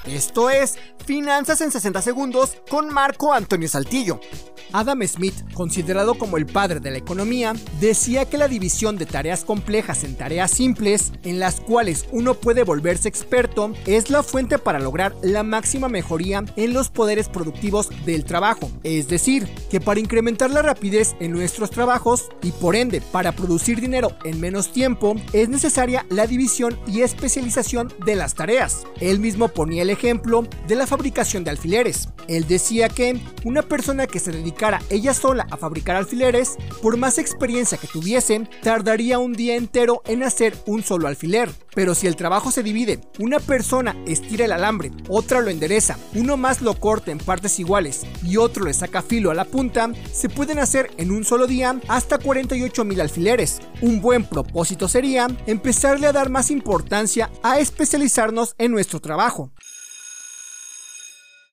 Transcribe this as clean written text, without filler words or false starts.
Esto es Finanzas en 60 segundos con Marco Antonio Saltillo. Adam Smith, considerado como el padre de la economía, decía que la división de tareas complejas en tareas simples, en las cuales uno puede volverse experto, es la fuente para lograr la máxima mejoría en los poderes productivos del trabajo. Es decir, que para incrementar la rapidez en nuestros trabajos y por ende para producir dinero en menos tiempo, es necesaria la división y especialización de las tareas. Él mismo ponía el ejemplo de la fabricación de alfileres. Él decía que una persona que se dedicara ella sola a fabricar alfileres, por más experiencia que tuviese, tardaría un día entero en hacer un solo alfiler. Pero si el trabajo se divide, una persona estira el alambre, otra lo endereza, uno más lo corta en partes iguales y otro le saca filo a la punta, se pueden hacer en un solo día hasta 48,000 alfileres. Un buen propósito sería empezarle a dar más importancia a especializarnos en nuestro trabajo.